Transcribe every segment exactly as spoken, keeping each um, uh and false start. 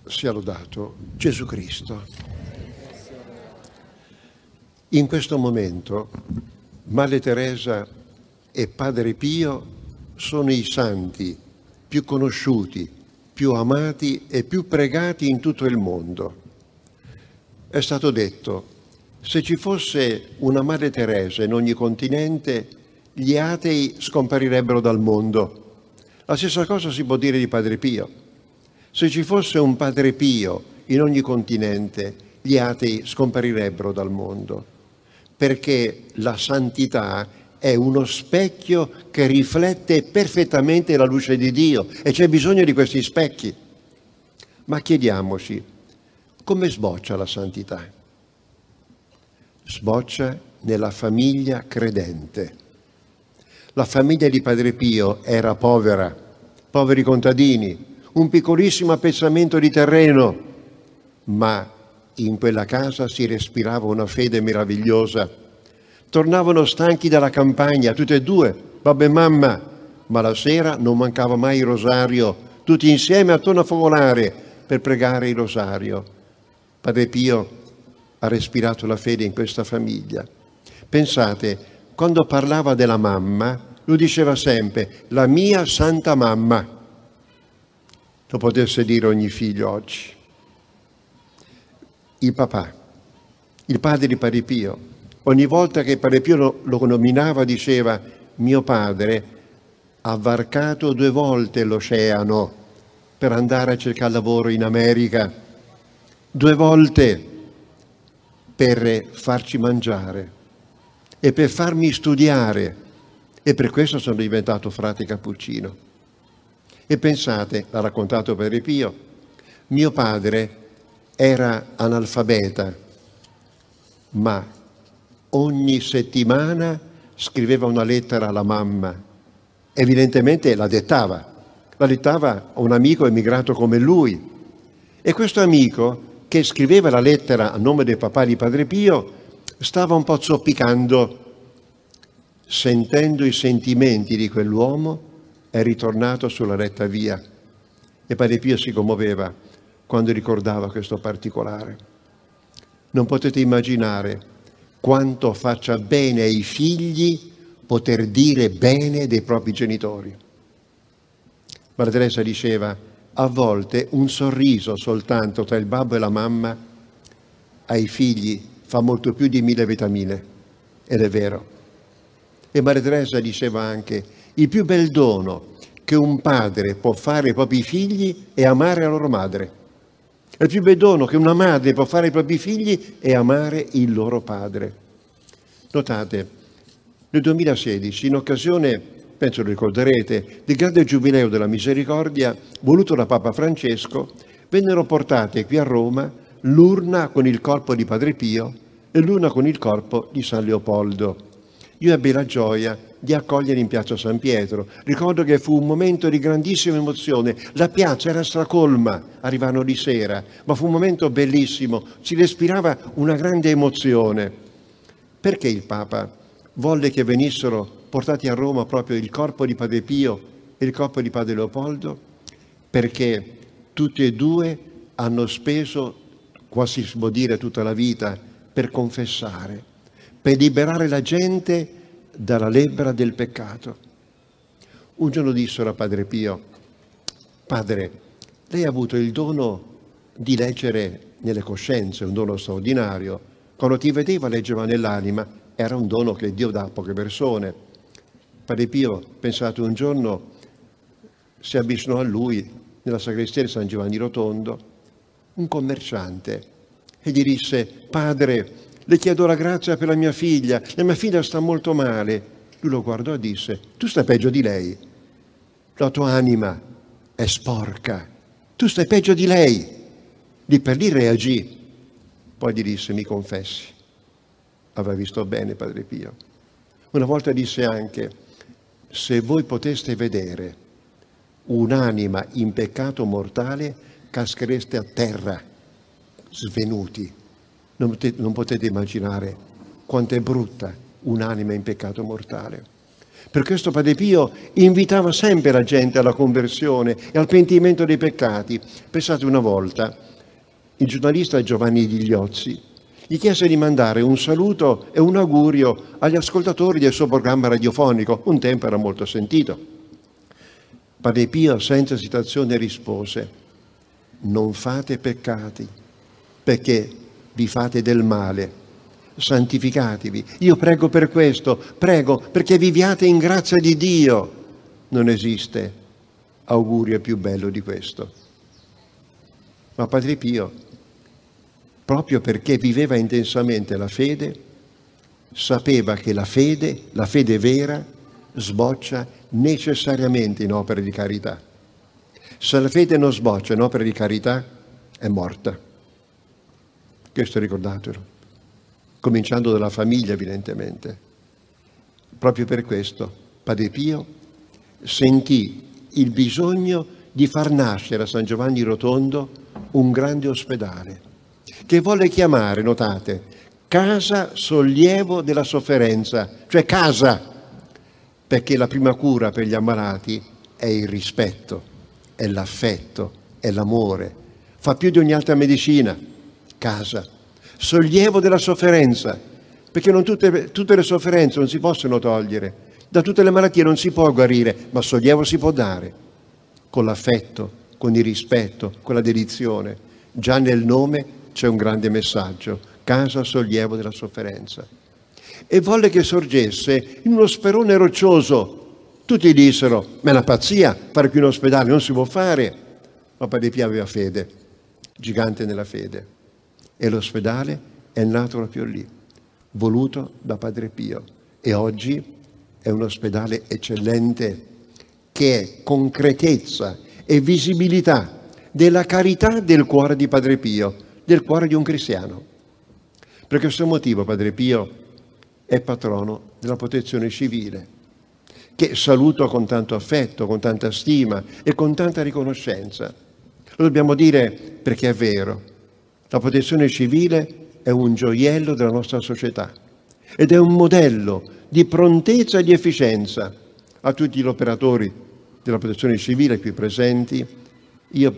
Sia lodato Gesù Cristo. In questo momento Madre Teresa e Padre Pio sono i santi più conosciuti, più amati e più pregati in tutto il mondo. È stato detto: se ci fosse una Madre Teresa in ogni continente, gli atei scomparirebbero dal mondo. La stessa cosa si può dire di Padre Pio. Se ci fosse un Padre Pio in ogni continente, gli atei scomparirebbero dal mondo, perché la santità è uno specchio che riflette perfettamente la luce di Dio e c'è bisogno di questi specchi. Ma chiediamoci, come sboccia la santità? Sboccia nella famiglia credente. La famiglia di Padre Pio era povera, poveri contadini, un piccolissimo appezzamento di terreno, ma in quella casa si respirava una fede meravigliosa. Tornavano stanchi dalla campagna, tutti e due, babbo e mamma, ma la sera non mancava mai il rosario, tutti insieme attorno a focolare per pregare il rosario. Padre Pio ha respirato la fede in questa famiglia. Pensate, quando parlava della mamma, lui diceva sempre: la mia santa mamma. Lo potesse dire ogni figlio oggi. Il papà, il padre di Padre Pio, ogni volta che Padre Pio lo, lo nominava diceva: mio padre ha varcato due volte l'oceano per andare a cercare lavoro in America, due volte per farci mangiare e per farmi studiare, e per questo sono diventato frate cappuccino. E pensate, l'ha raccontato Padre Pio, mio padre era analfabeta, ma ogni settimana scriveva una lettera alla mamma, evidentemente la dettava, la dettava a un amico emigrato come lui. E questo amico, che scriveva la lettera a nome del papà di Padre Pio, stava un po' zoppicando. Sentendo i sentimenti di quell'uomo, è ritornato sulla retta via. E Padre Pio si commuoveva quando ricordava questo particolare. Non potete immaginare quanto faccia bene ai figli poter dire bene dei propri genitori. Madre Teresa diceva: a volte un sorriso soltanto tra il babbo e la mamma ai figli fa molto più di mille vitamine. Ed è vero. E Madre Teresa diceva anche: il più bel dono che un padre può fare ai propri figli è amare la loro madre. Il più bel dono che una madre può fare ai propri figli è amare il loro padre. Notate, nel duemilasedici, in occasione, penso lo ricorderete, del grande giubileo della misericordia voluto da Papa Francesco, vennero portate qui a Roma l'urna con il corpo di Padre Pio e l'urna con il corpo di San Leopoldo. Io ebbi la gioia di accogliere in piazza San Pietro. Ricordo che fu un momento di grandissima emozione. La piazza era stracolma, arrivarono di sera, ma fu un momento bellissimo, si respirava una grande emozione. Perché il Papa volle che venissero portati a Roma proprio il corpo di Padre Pio e il corpo di Padre Leopoldo? Perché tutti e due hanno speso, quasi si può dire tutta la vita, per confessare, per liberare la gente dalla lebbra del peccato. Un giorno dissero a Padre Pio: padre, lei ha avuto il dono di leggere nelle coscienze, un dono straordinario. Quando ti vedeva leggeva nell'anima, era un dono che Dio dà a poche persone. Padre Pio, pensate, un giorno si avvicinò a lui nella sagrestia di San Giovanni Rotondo un commerciante e gli disse: padre, le chiedo la grazia per la mia figlia, la mia figlia sta molto male. Lui lo guardò e disse: tu stai peggio di lei, la tua anima è sporca, tu stai peggio di lei. Lì per lì reagì, poi gli disse: mi confessi. Aveva visto bene Padre Pio. Una volta disse anche: se voi poteste vedere un'anima in peccato mortale, caschereste a terra, svenuti. Non potete, non potete immaginare quanto è brutta un'anima in peccato mortale. Per questo Padre Pio invitava sempre la gente alla conversione e al pentimento dei peccati. Pensate, una volta il giornalista Giovanni Digliozzi gli chiese di mandare un saluto e un augurio agli ascoltatori del suo programma radiofonico. Un tempo era molto sentito. Padre Pio, senza esitazione, rispose: non fate peccati, perché vi fate del male. Santificatevi. Io prego per questo, prego perché viviate in grazia di Dio. Non esiste augurio più bello di questo. Ma Padre Pio, proprio perché viveva intensamente la fede, sapeva che la fede, la fede vera, sboccia necessariamente in opere di carità. Se la fede non sboccia in opere di carità, è morta. Questo ricordatelo. Cominciando dalla famiglia, evidentemente. Proprio per questo Padre Pio sentì il bisogno di far nascere a San Giovanni Rotondo un grande ospedale, che volle chiamare, notate, casa sollievo della sofferenza, cioè casa, perché la prima cura per gli ammalati è il rispetto, è l'affetto, è l'amore, fa più di ogni altra medicina, casa. Sollievo della sofferenza, perché non tutte, tutte le sofferenze non si possono togliere, da tutte le malattie non si può guarire, ma sollievo si può dare, con l'affetto, con il rispetto, con la dedizione. Già nel nome c'è un grande messaggio, casa sollievo della sofferenza. E volle che sorgesse in uno sperone roccioso. Tutti dissero: ma è una pazzia, fare qui un ospedale non si può fare. Ma Padre Pio aveva fede, gigante nella fede. E l'ospedale è nato proprio lì, voluto da Padre Pio. E oggi è un ospedale eccellente che è concretezza e visibilità della carità del cuore di Padre Pio, del cuore di un cristiano. Per questo motivo Padre Pio è patrono della protezione civile, che saluto con tanto affetto, con tanta stima e con tanta riconoscenza. Lo dobbiamo dire perché è vero. La protezione civile è un gioiello della nostra società ed è un modello di prontezza e di efficienza. A tutti gli operatori della protezione civile qui presenti, io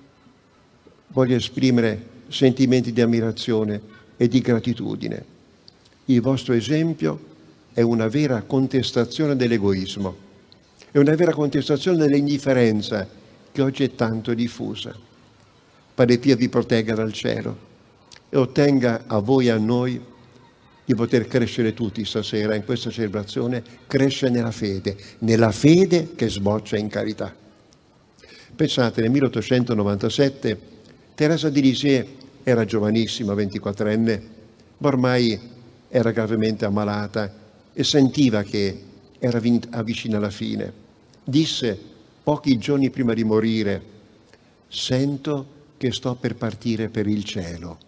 voglio esprimere sentimenti di ammirazione e di gratitudine. Il vostro esempio è una vera contestazione dell'egoismo, è una vera contestazione dell'indifferenza che oggi è tanto diffusa. Padre Pio vi protegga dal cielo e ottenga a voi e a noi di poter crescere tutti stasera in questa celebrazione, crescere nella fede, nella fede che sboccia in carità. Pensate, nel milleottocentonovantasette Teresa di Lisieux era giovanissima, ventiquattrenne, ma ormai era gravemente ammalata e sentiva che era vicina alla fine. Disse pochi giorni prima di morire: sento che sto per partire per il cielo,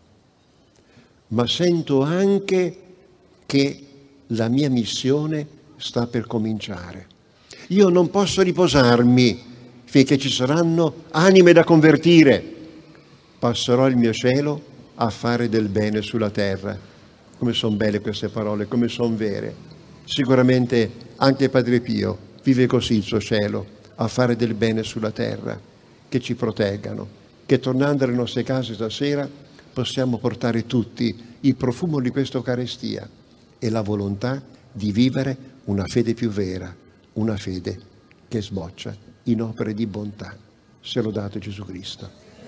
ma sento anche che la mia missione sta per cominciare. Io non posso riposarmi finché ci saranno anime da convertire. Passerò il mio cielo a fare del bene sulla terra. Come sono belle queste parole, come sono vere. Sicuramente anche Padre Pio vive così il suo cielo, a fare del bene sulla terra, che ci proteggano, che tornando alle nostre case stasera possiamo portare tutti il profumo di questa Eucaristia e la volontà di vivere una fede più vera, una fede che sboccia in opere di bontà. Sia lodato Gesù Cristo.